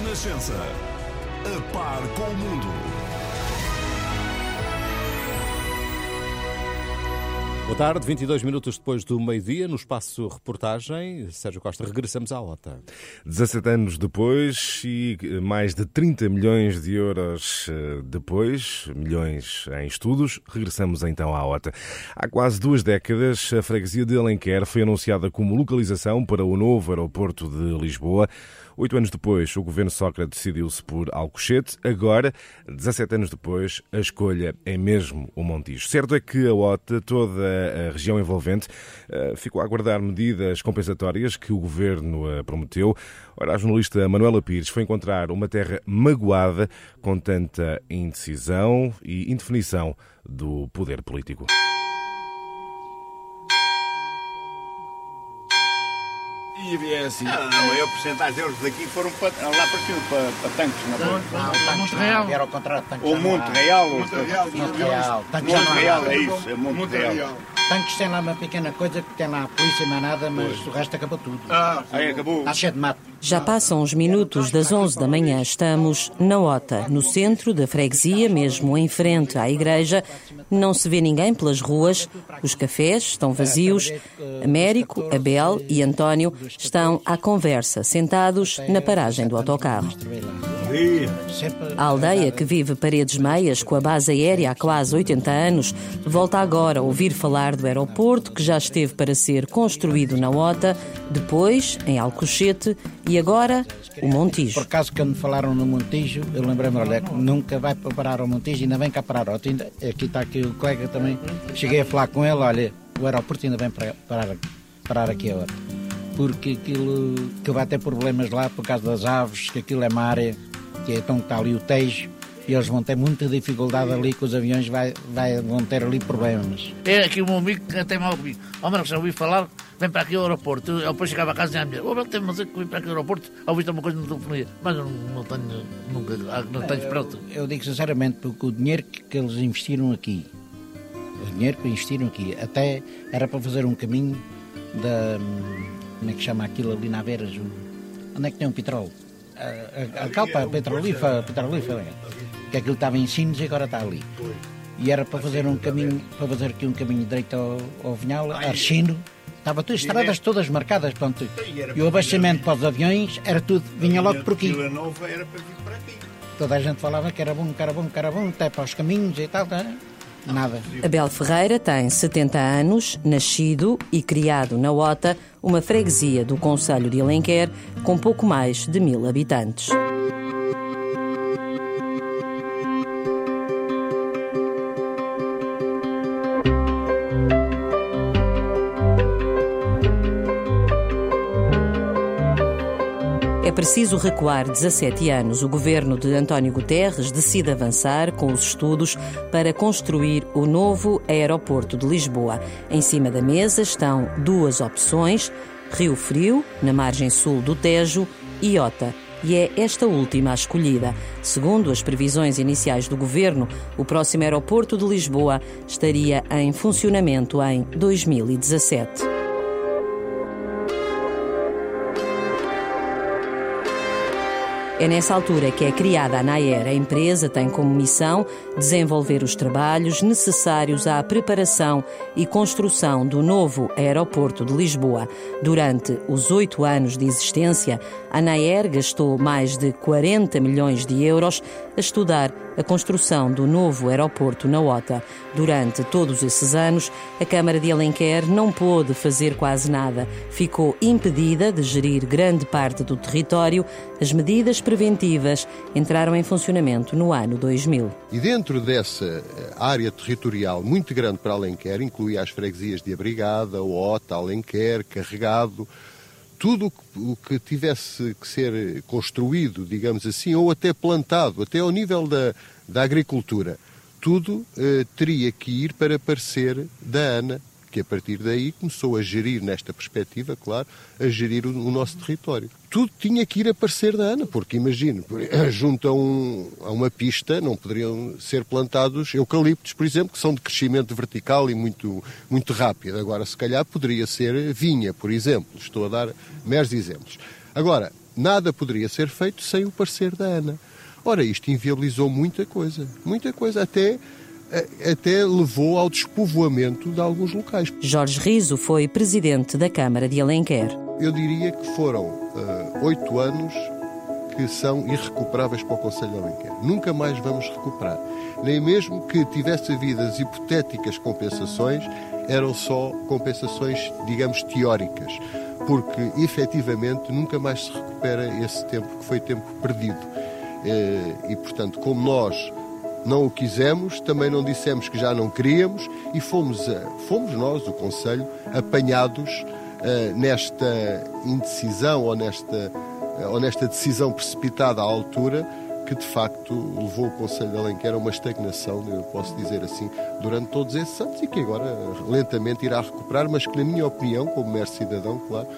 Renascença. A par com o mundo. Boa tarde, 22 minutos depois do meio-dia, no espaço reportagem, Sérgio Costa, regressamos à OTA. 17 anos depois e mais de 30 milhões de euros depois, milhões em estudos, regressamos então à OTA. Há quase 2 décadas, a freguesia de Alenquer foi anunciada como localização para o novo aeroporto de Lisboa. 8 anos depois, o governo Sócrates decidiu-se por Alcochete. Agora, 17 anos depois, a escolha é mesmo o Montijo. Certo é que a OTA, toda a região envolvente, ficou a aguardar medidas compensatórias que o governo prometeu. Ora, a jornalista Manuela Pires foi encontrar uma terra magoada com tanta indecisão e indefinição do poder político. E havia assim, a maior porcentagem deles daqui foram lá para cima, para tanques. Não, Monte Real. Era ao contrário, tanques. Ou Monte Real. Monte Real. Monte Real, é isso, é Monte Real. Tanques tem lá uma pequena coisa que tem lá a polícia e mais nada, mas o resto acabou tudo. Aí acabou. Está cheio de mato. Já passam uns minutos das 11 da manhã. Estamos na OTA, no centro da freguesia, mesmo em frente à igreja. Não se vê ninguém pelas ruas. Os cafés estão vazios. Américo, Abel e António estão à conversa, sentados na paragem do autocarro. A aldeia, que vive paredes meias com a base aérea há quase 80 anos, volta agora a ouvir falar do aeroporto que já esteve para ser construído na OTA, depois em Alcochete e agora o Montijo. Por acaso, quando falaram no Montijo, eu lembrei-me, olha, nunca vai parar ao Montijo, ainda vem cá parar. Aqui está aqui o colega também. Cheguei a falar com ele, olha, o aeroporto ainda vem parar aqui agora. Porque aquilo que vai ter problemas lá por causa das aves, que aquilo é uma área que então está ali o Tejo, e eles vão ter muita dificuldade ali com os aviões, vão ter ali problemas. É aqui o meu amigo que até mal comigo. Ao menos já ouvi falar, vem para aqui ao aeroporto. Eu depois chegava a casa e dizia à mulher, tem mas é que vem para aqui ao aeroporto, ouviste alguma coisa na telefonia. Mas eu não tenho esperança. Eu digo sinceramente, porque o dinheiro que eles investiram aqui, até era para fazer um caminho da... Como é que chama aquilo ali na Aveiras? Onde é que tem um petróleo? A calpa petrolífera, que aquilo estava em Sines e agora está ali. E era para fazer um caminho, para fazer aqui um caminho direito ao Vinhal, Archino. Estava tudo, estradas todas marcadas, pronto. E o abastecimento para os aviões era tudo, vinha logo por aqui. Toda a gente falava que era bom, até para os caminhos e tal, nada. Abel Ferreira tem 70 anos, nascido e criado na OTA, uma freguesia do concelho de Alenquer com pouco mais de 1000 habitantes. É preciso recuar 17 anos. O governo de António Guterres decide avançar com os estudos para construir o novo aeroporto de Lisboa. Em cima da mesa estão 2 opções, Rio Frio, na margem sul do Tejo, e OTA. E é esta última a escolhida. Segundo as previsões iniciais do governo, o próximo aeroporto de Lisboa estaria em funcionamento em 2017. É nessa altura que é criada a ANAER. A empresa tem como missão desenvolver os trabalhos necessários à preparação e construção do novo aeroporto de Lisboa. Durante os 8 anos de existência, a ANAER gastou mais de 40 milhões de euros a estudar a construção do novo aeroporto na OTA. Durante todos esses anos, a Câmara de Alenquer não pôde fazer quase nada. Ficou impedida de gerir grande parte do território. As medidas preventivas entraram em funcionamento no ano 2000. E dentro dessa área territorial muito grande para Alenquer, incluía as freguesias de Abrigada, OTA, Alenquer, Carregado, tudo o que tivesse que ser construído, digamos assim, ou até plantado, até ao nível da agricultura, tudo teria que ir para parecer da ANA, que a partir daí começou a gerir, nesta perspectiva, claro, a gerir o nosso território. Tudo tinha que ir a parecer da ANA, porque imagino, junto a uma pista não poderiam ser plantados eucaliptos, por exemplo, que são de crescimento vertical e muito, muito rápido. Agora, se calhar, poderia ser vinha, por exemplo. Estou a dar meros exemplos. Agora, nada poderia ser feito sem o parecer da ANA. Ora, isto inviabilizou muita coisa, até levou ao despovoamento de alguns locais. Jorge Riso foi presidente da Câmara de Alenquer. Eu diria que foram 8 anos que são irrecuperáveis para o Concelho de Alenquer. Nunca mais vamos recuperar. Nem mesmo que tivesse havido as hipotéticas compensações, eram só compensações, digamos, teóricas, porque, efetivamente, nunca mais se recupera esse tempo que foi tempo perdido. E, portanto, como nós não o quisemos, também não dissemos que já não queríamos e fomos nós, o Conselho, apanhados nesta indecisão ou nesta decisão precipitada à altura que, de facto, levou o Concelho de Alenquer a uma estagnação, eu posso dizer assim, durante todos esses anos e que agora lentamente irá recuperar, mas que, na minha opinião, como mero cidadão, claro,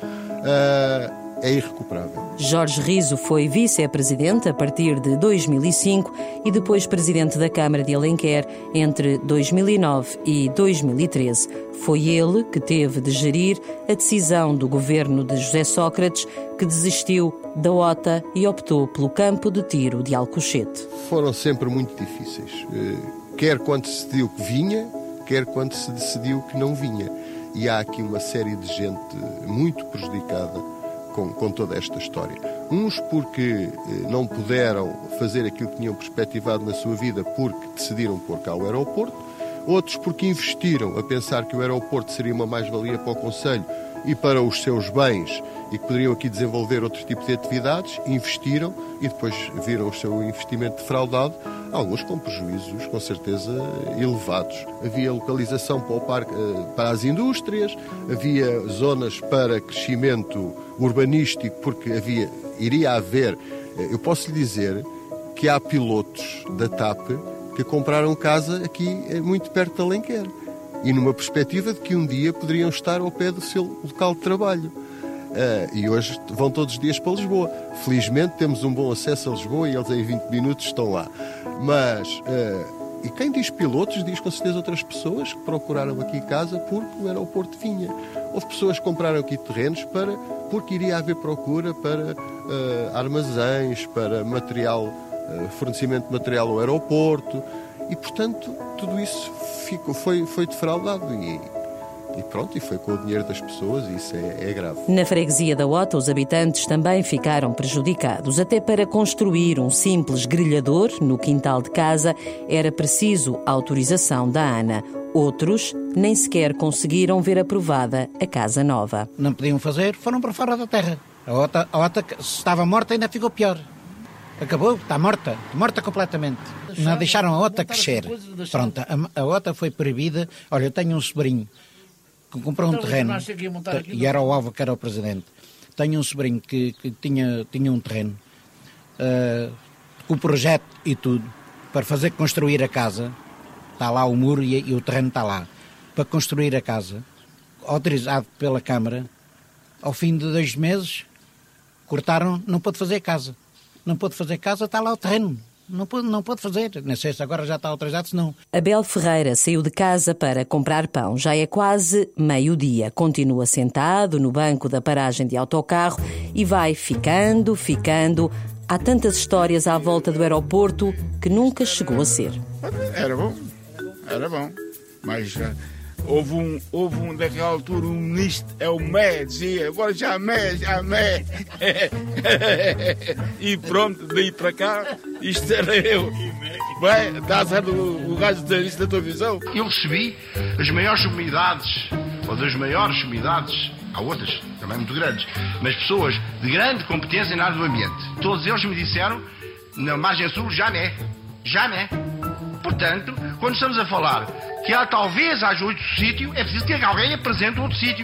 é irrecuperável. Jorge Riso foi vice-presidente a partir de 2005 e depois presidente da Câmara de Alenquer entre 2009 e 2013. Foi ele que teve de gerir a decisão do governo de José Sócrates, que desistiu da OTA e optou pelo campo de tiro de Alcochete. Foram sempre muito difíceis, quer quando se decidiu que vinha, quer quando se decidiu que não vinha. E há aqui uma série de gente muito prejudicada com toda esta história. Uns porque não puderam fazer aquilo que tinham perspectivado na sua vida porque decidiram pôr cá o aeroporto, outros porque investiram a pensar que o aeroporto seria uma mais-valia para o Concelho e para os seus bens e que poderiam aqui desenvolver outro tipo de atividades, investiram e depois viram o seu investimento defraudado, alguns com prejuízos, com certeza, elevados. Havia localização para o parque, para as indústrias, havia zonas para crescimento urbanístico, porque iria haver, eu posso lhe dizer que há pilotos da TAP que compraram casa aqui muito perto de Alenquer e numa perspectiva de que um dia poderiam estar ao pé do seu local de trabalho. E hoje vão todos os dias para Lisboa. Felizmente temos um bom acesso a Lisboa e eles em 20 minutos estão lá. Mas, e quem diz pilotos, diz com certeza outras pessoas que procuraram aqui casa porque o aeroporto vinha. Houve pessoas que compraram aqui terrenos porque iria haver procura para armazéns, para material, fornecimento de material ao aeroporto e, portanto, tudo isso foi defraudado e pronto, e foi com o dinheiro das pessoas e isso é grave. Na freguesia da OTA, os habitantes também ficaram prejudicados. Até para construir um simples grelhador no quintal de casa era preciso autorização da ANA. Outros nem sequer conseguiram ver aprovada a casa nova. Não podiam fazer, foram para fora da terra. A OTA se estava morta ainda ficou pior. Acabou, está morta completamente. Não deixaram a OTA crescer. Pronto, a OTA foi proibida. Olha, eu tenho um sobrinho que comprou um terreno, e era o Alva que era o presidente. Tenho um sobrinho que tinha um terreno, com o projeto e tudo, para fazer construir a casa. Está lá o muro e o terreno está lá. Para construir a casa, autorizado pela Câmara, ao fim de 2 meses, cortaram, não pôde fazer casa. Não pôde fazer casa, está lá o terreno. Não pode fazer. Não sei se agora já está autorizado, se não. Abel Ferreira saiu de casa para comprar pão. Já é quase meio-dia. Continua sentado no banco da paragem de autocarro e vai ficando. Há tantas histórias à volta do aeroporto que nunca chegou a ser. Era bom. Mas houve um daquela altura, um ministro, é o Mé, dizia, agora já Mé. E pronto, daí para cá, isto era eu. Bem, está a ser o gajo dizer isso da tua visão? Eu recebi as maiores sumidades, ou das maiores sumidades, há outras também muito grandes, mas pessoas de grande competência na área do ambiente. Todos eles me disseram, na margem sul, já não é. Portanto, quando estamos a falar que talvez haja outro sítio, é preciso que alguém apresente outro sítio.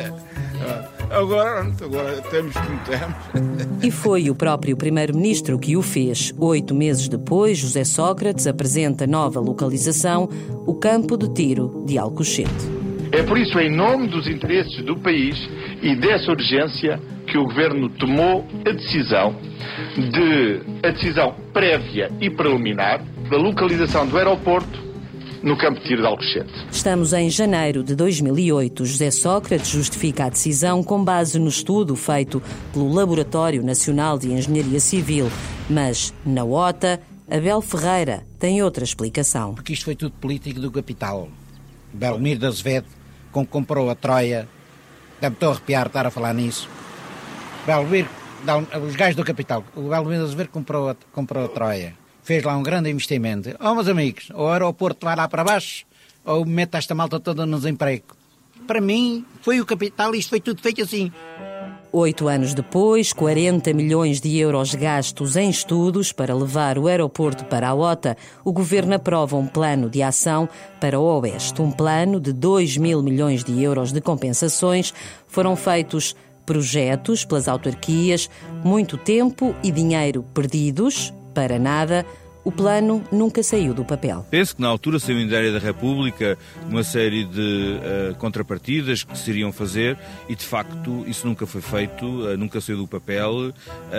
Agora temos como temos. E foi o próprio primeiro-ministro que o fez. 8 meses depois, José Sócrates apresenta nova localização, o campo de tiro de Alcochete. É por isso, em nome dos interesses do país e dessa urgência, que o Governo tomou a decisão prévia e preliminar da localização do aeroporto no campo de tiro de Alcochete. Estamos em janeiro de 2008. José Sócrates justifica a decisão com base no estudo feito pelo Laboratório Nacional de Engenharia Civil. Mas, na OTA, Abel Ferreira tem outra explicação. Porque isto foi tudo político do capital. Belmiro de Azevedo, comprou a Troia. Já me estou a arrepiar estar a falar nisso. Belmiro, os gajos do capital. O Belmiro de Azevedo comprou a Troia. Fez lá um grande investimento. Meus amigos, o aeroporto vai lá para baixo ou mete esta malta toda no desemprego. Para mim, foi o capital e isto foi tudo feito assim. 8 anos depois, 40 milhões de euros gastos em estudos para levar o aeroporto para a OTA, o Governo aprova um plano de ação para o Oeste. Um plano de 2 mil milhões de euros de compensações. Foram feitos projetos pelas autarquias, muito tempo e dinheiro perdidos para nada. O plano nunca saiu do papel. Penso que na altura saiu em Diário da República uma série de contrapartidas que se iriam fazer e de facto isso nunca foi feito, nunca saiu do papel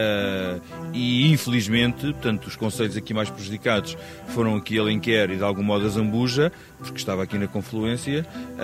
e infelizmente, portanto, os concelhos aqui mais prejudicados foram aqui Alenquer e de algum modo a Zambuja, porque estava aqui na confluência,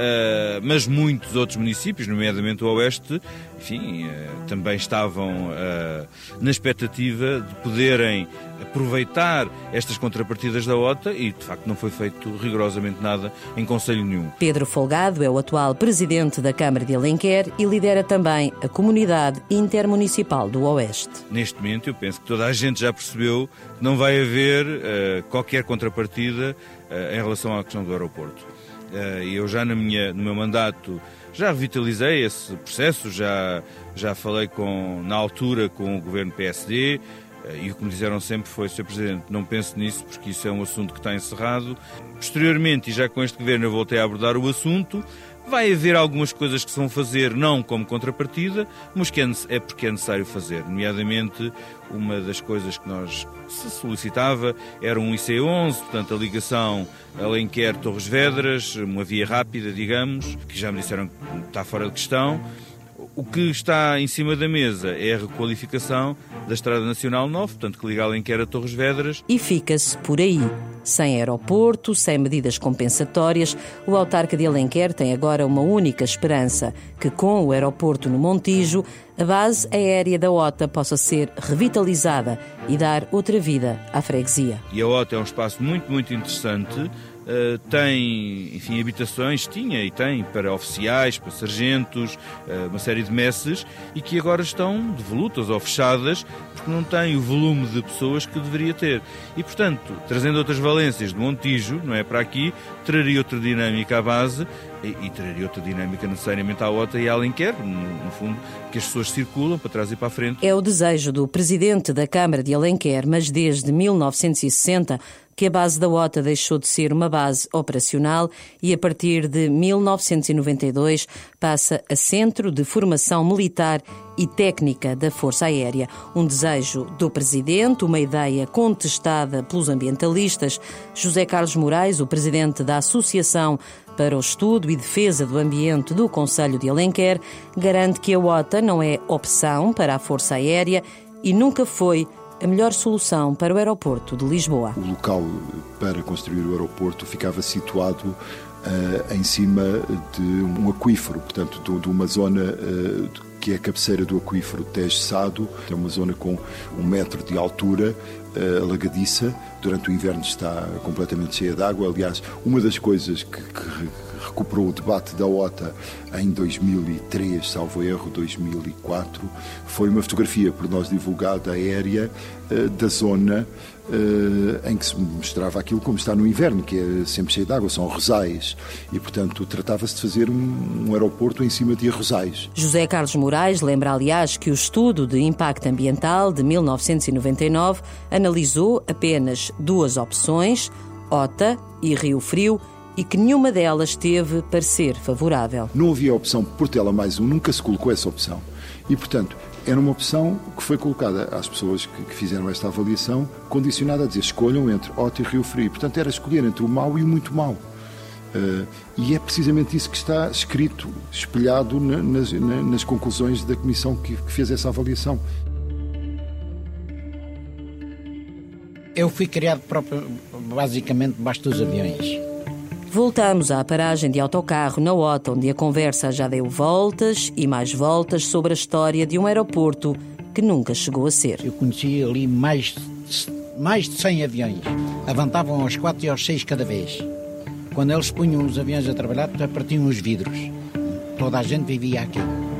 mas muitos outros municípios, nomeadamente o Oeste, enfim, também estavam na expectativa de poderem aproveitar estas contrapartidas da OTA e, de facto, não foi feito rigorosamente nada em concelho nenhum. Pedro Folgado é o atual presidente da Câmara de Alenquer e lidera também a Comunidade Intermunicipal do Oeste. Neste momento, eu penso que toda a gente já percebeu que não vai haver qualquer contrapartida em relação à questão do aeroporto. Eu já no meu mandato já revitalizei esse processo, já falei na altura com o governo PSD e o que me disseram sempre foi: Sr. Presidente, não pense nisso porque isso é um assunto que está encerrado. Posteriormente, e já com este governo eu voltei a abordar o assunto, vai haver algumas coisas que se vão fazer não como contrapartida, mas que é porque é necessário fazer. Nomeadamente, uma das coisas que se solicitava era um IC11, portanto a ligação Alenquer-Torres Vedras, uma via rápida, digamos, que já me disseram que está fora de questão. O que está em cima da mesa é a requalificação da Estrada Nacional 9, portanto que liga Alenquer a Torres Vedras. E fica-se por aí. Sem aeroporto, sem medidas compensatórias, o autarca de Alenquer tem agora uma única esperança: que com o aeroporto no Montijo, a base aérea da OTA possa ser revitalizada e dar outra vida à freguesia. E a OTA é um espaço muito, muito interessante. Tem, enfim, habitações, tinha e tem para oficiais, para sargentos, uma série de messes, e que agora estão devolutas ou fechadas porque não têm o volume de pessoas que deveria ter. E, portanto, trazendo outras valências do Montijo, não é para aqui, traria outra dinâmica à base e traria outra dinâmica necessariamente à OTA e à Alenquer, no fundo, que as pessoas circulam para trás e para a frente. É o desejo do presidente da Câmara de Alenquer, mas desde 1960 que a base da OTA deixou de ser uma base operacional e, a partir de 1992, passa a Centro de Formação Militar e Técnica da Força Aérea. Um desejo do presidente, uma ideia contestada pelos ambientalistas. José Carlos Moraes, o presidente da Associação para o Estudo e Defesa do Ambiente do Concelho de Alenquer, garante que a OTA não é opção para a Força Aérea e nunca foi a melhor solução para o aeroporto de Lisboa. O local para construir o aeroporto ficava situado em cima de um aquífero, portanto, de uma zona que é a cabeceira do aquífero Tejo-Sado. É uma zona com 1 metro de altura, alagadiça. Durante o inverno está completamente cheia de água. Aliás, uma das coisas que recuperou o debate da OTA em 2003, salvo erro, 2004, foi uma fotografia por nós divulgada aérea da zona em que se mostrava aquilo como está no inverno, que é sempre cheio de água, são arrozais, e portanto tratava-se de fazer um aeroporto em cima de arrozais. José Carlos Moraes lembra, aliás, que o estudo de impacto ambiental de 1999 analisou apenas 2 opções, OTA e Rio Frio, e que nenhuma delas teve parecer favorável. Não havia a opção Portela mais um, nunca se colocou essa opção. E, portanto, era uma opção que foi colocada às pessoas que fizeram esta avaliação, condicionada a dizer: escolham entre OTA e Rio Frio. Portanto, era escolher entre o mau e o muito mau. E é precisamente isso que está escrito, espelhado nas conclusões da comissão que fez essa avaliação. Eu fui criado basicamente debaixo dos aviões. Voltamos à paragem de autocarro na OTA, onde a conversa já deu voltas e mais voltas sobre a história de um aeroporto que nunca chegou a ser. Eu conheci ali mais de 100 aviões. Avantavam aos 4 e aos 6 cada vez. Quando eles punham os aviões a trabalhar, partiam os vidros. Toda a gente vivia aqui.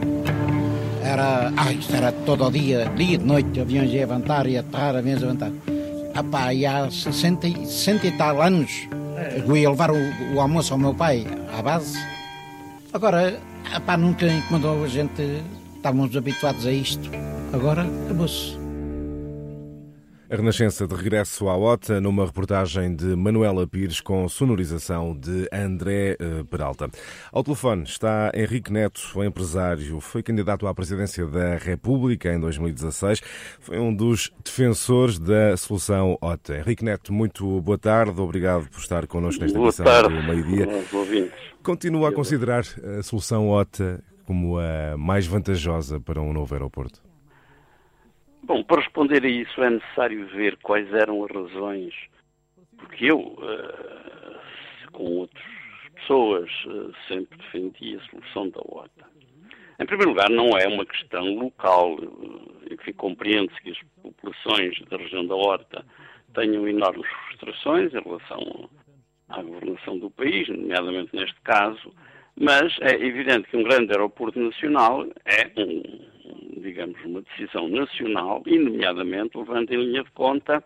Isto era todo o dia de noite, aviões iam avançar e aterrar, aviões a avançar. E há 60 e tal anos, eu ia levar o almoço ao meu pai à base. Agora, nunca incomodou a gente, estávamos habituados a isto. Agora, acabou-se. A Renascença de regresso à OTA, numa reportagem de Manuela Pires com sonorização de André Peralta. Ao telefone está Henrique Neto, o empresário. Foi candidato à presidência da República em 2016. Foi um dos defensores da solução OTA. Henrique Neto, muito boa tarde. Obrigado por estar connosco nesta edição do Meio-Dia. Continua a considerar a solução OTA como a mais vantajosa para um novo aeroporto? Bom, para responder a isso é necessário ver quais eram as razões, porque eu, com outras pessoas, sempre defendi a solução da OTA. Em primeiro lugar, não é uma questão local. Enfim, compreende-se que as populações da região da OTA tenham enormes frustrações em relação à governação do país, nomeadamente neste caso, mas é evidente que um grande aeroporto nacional é digamos, uma decisão nacional e, nomeadamente, levando em linha de conta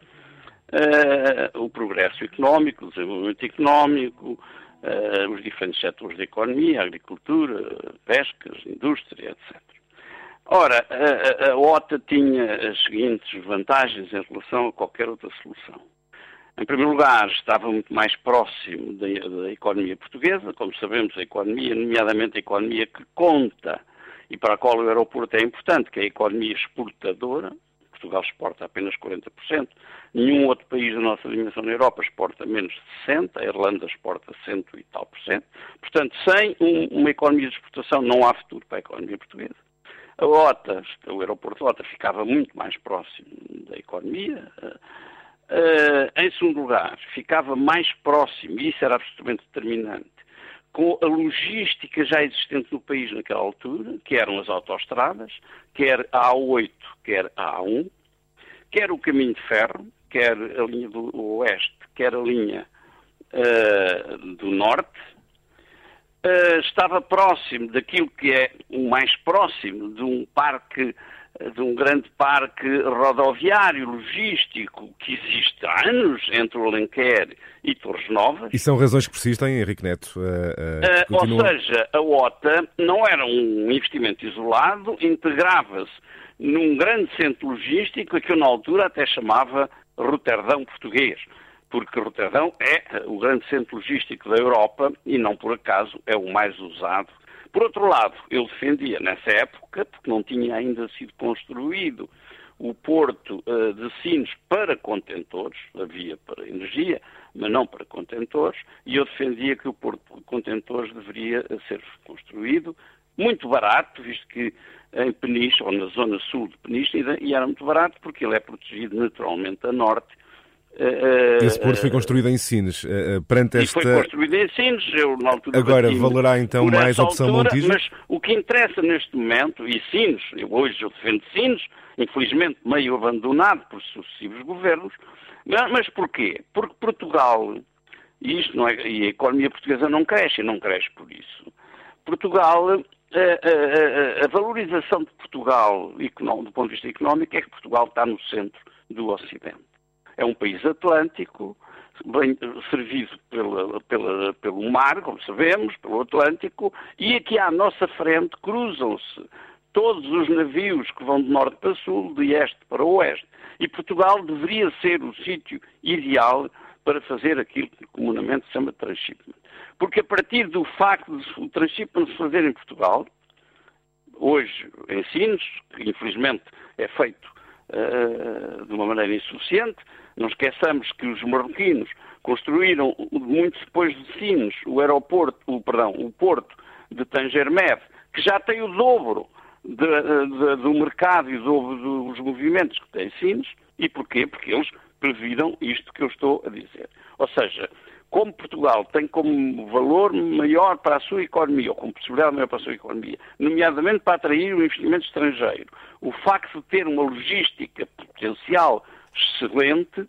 o progresso económico, o desenvolvimento económico, os diferentes setores da economia, a agricultura, pescas, indústria, etc. Ora, a OTA tinha as seguintes vantagens em relação a qualquer outra solução. Em primeiro lugar, estava muito mais próximo da economia portuguesa. Como sabemos, a economia, nomeadamente a economia que conta e para a qual o aeroporto é importante, que é a economia exportadora. Portugal exporta apenas 40%. Nenhum outro país da nossa dimensão na Europa exporta menos de 60%. A Irlanda exporta 100 e tal por cento. Portanto, sem uma economia de exportação não há futuro para a economia portuguesa. A OTA, o aeroporto de OTA, ficava muito mais próximo da economia. Em segundo lugar, ficava mais próximo, e isso era absolutamente determinante, com a logística já existente no país naquela altura, que eram as autoestradas, quer a A8, quer a A1, quer o caminho de ferro, quer a linha do oeste, quer a linha do norte. Estava próximo daquilo que é o mais próximo de um parque, de um grande parque rodoviário, logístico, que existe há anos entre o Alenquer e Torres Novas. E são razões que persistem, Henrique Neto? Ou seja, a OTA não era um investimento isolado, integrava-se num grande centro logístico que eu na altura até chamava Roterdão português, porque Roterdão é o grande centro logístico da Europa e não por acaso é o mais usado. Por outro lado, eu defendia nessa época, porque não tinha ainda sido construído o porto de Sines para contentores, havia para energia, mas não para contentores, e eu defendia que o porto de contentores deveria ser construído muito barato, visto que em Peniche, ou na zona sul de Peniche, e era muito barato porque ele é protegido naturalmente a norte. Esse porto foi construído em Sines. Perante esta... E foi construído em Sines. Eu, na altura, agora, valerá então mais a opção Montijo? Mas o que interessa neste momento, e Sines, hoje eu defendo Sines, infelizmente meio abandonado por sucessivos governos, mas porquê? Porque Portugal, e a economia portuguesa não cresce por isso. Portugal, a valorização de Portugal, do ponto de vista económico, é que Portugal está no centro do Ocidente. É um país atlântico, bem servido pelo mar, como sabemos, pelo Atlântico, e aqui à nossa frente cruzam-se todos os navios que vão de norte para sul, de este para oeste. E Portugal deveria ser o sítio ideal para fazer aquilo que comumente se chama transshipment. Porque a partir do facto de o transshipment se fazer em Portugal, hoje em Sines, que infelizmente é feito de uma maneira insuficiente, não esqueçamos que os marroquinos construíram, muito depois de Sines, o porto de Tanger-Med, que já tem o dobro do mercado e o dobro dos movimentos que tem Sines. E porquê? Porque eles previram isto que eu estou a dizer. Ou seja, como Portugal tem como valor maior para a sua economia, ou como possibilidade maior para a sua economia, nomeadamente para atrair o investimento estrangeiro, o facto de ter uma logística potencial excelente,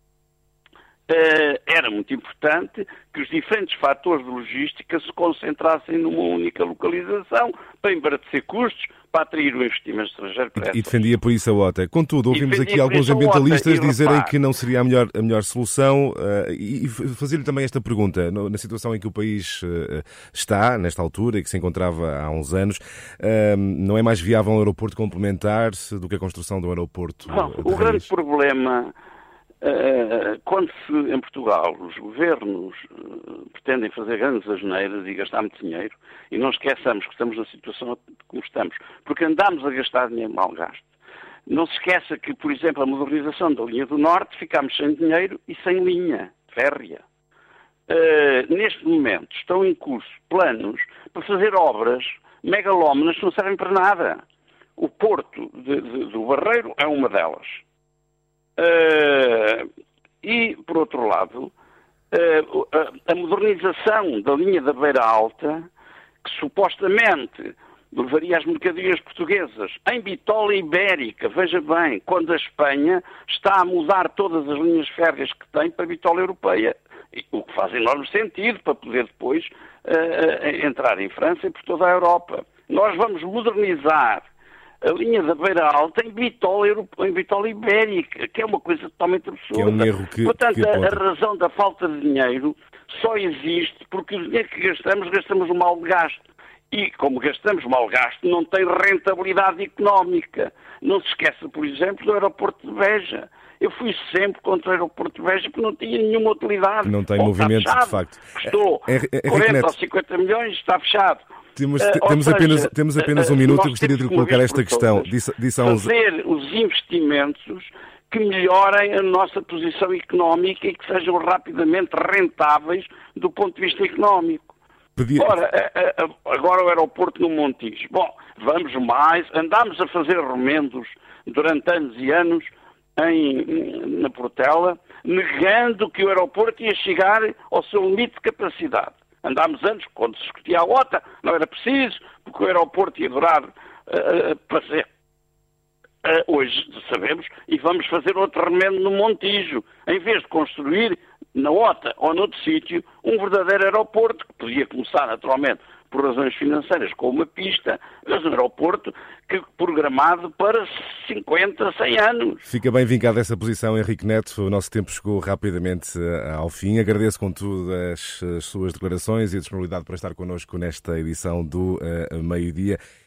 era muito importante que os diferentes fatores de logística se concentrassem numa única localização para embaratecer custos, para atrair o investimento estrangeiro. E defendia por isso a OTA. Contudo, ouvimos aqui alguns ambientalistas dizerem que não seria a melhor solução e fazer-lhe também esta pergunta. Na situação em que o país está, nesta altura, e que se encontrava há uns anos, não é mais viável um aeroporto complementar do que a construção de um aeroporto de raiz? O grande problema... quando em Portugal os governos pretendem fazer grandes asneiras e gastar muito dinheiro, e não esqueçamos que estamos na situação como estamos, porque andamos a gastar dinheiro mal gasto. Não se esqueça que, por exemplo, a modernização da linha do Norte, ficámos sem dinheiro e sem linha férrea. Neste momento estão em curso planos para fazer obras megalómanas que não servem para nada. O Porto do Barreiro é uma delas. E, por outro lado, a modernização da linha da Beira Alta, que supostamente levaria as mercadorias portuguesas em bitola ibérica, veja bem, quando a Espanha está a mudar todas as linhas férreas que tem para a bitola europeia, o que faz enorme sentido para poder depois entrar em França e por toda a Europa. Nós vamos modernizar a linha da Beira Alta em bitola ibérica, que é uma coisa totalmente absurda. Que é um erro Portanto, a razão da falta de dinheiro só existe porque o dinheiro que gastamos mal gasto. E, como gastamos mal gasto, não tem rentabilidade económica. Não se esqueça, por exemplo, do aeroporto de Beja. Eu fui sempre contra o aeroporto de Beja porque não tinha nenhuma utilidade. Não tem movimento, de facto. Custou 40 ou 50 milhões, está fechado. Temos apenas um minuto e gostaria de colocar esta questão. Fazer os investimentos que melhorem a nossa posição económica e que sejam rapidamente rentáveis do ponto de vista económico. Ora, agora o aeroporto no Montijo. Bom, vamos mais. Andámos a fazer remendos durante anos e anos na Portela, negando que o aeroporto ia chegar ao seu limite de capacidade. Andámos antes, quando se discutia a OTA, não era preciso, porque o aeroporto ia durar para ser. Hoje sabemos, e vamos fazer outro remendo no Montijo. Em vez de construir na OTA ou noutro sítio um verdadeiro aeroporto, que podia começar naturalmente por razões financeiras com uma pista, mas um aeroporto programado para 50, 100 anos. Fica bem vincada essa posição, Henrique Neto. O nosso tempo chegou rapidamente ao fim. Agradeço, contudo, as suas declarações e a disponibilidade para estar connosco nesta edição do Meio-Dia.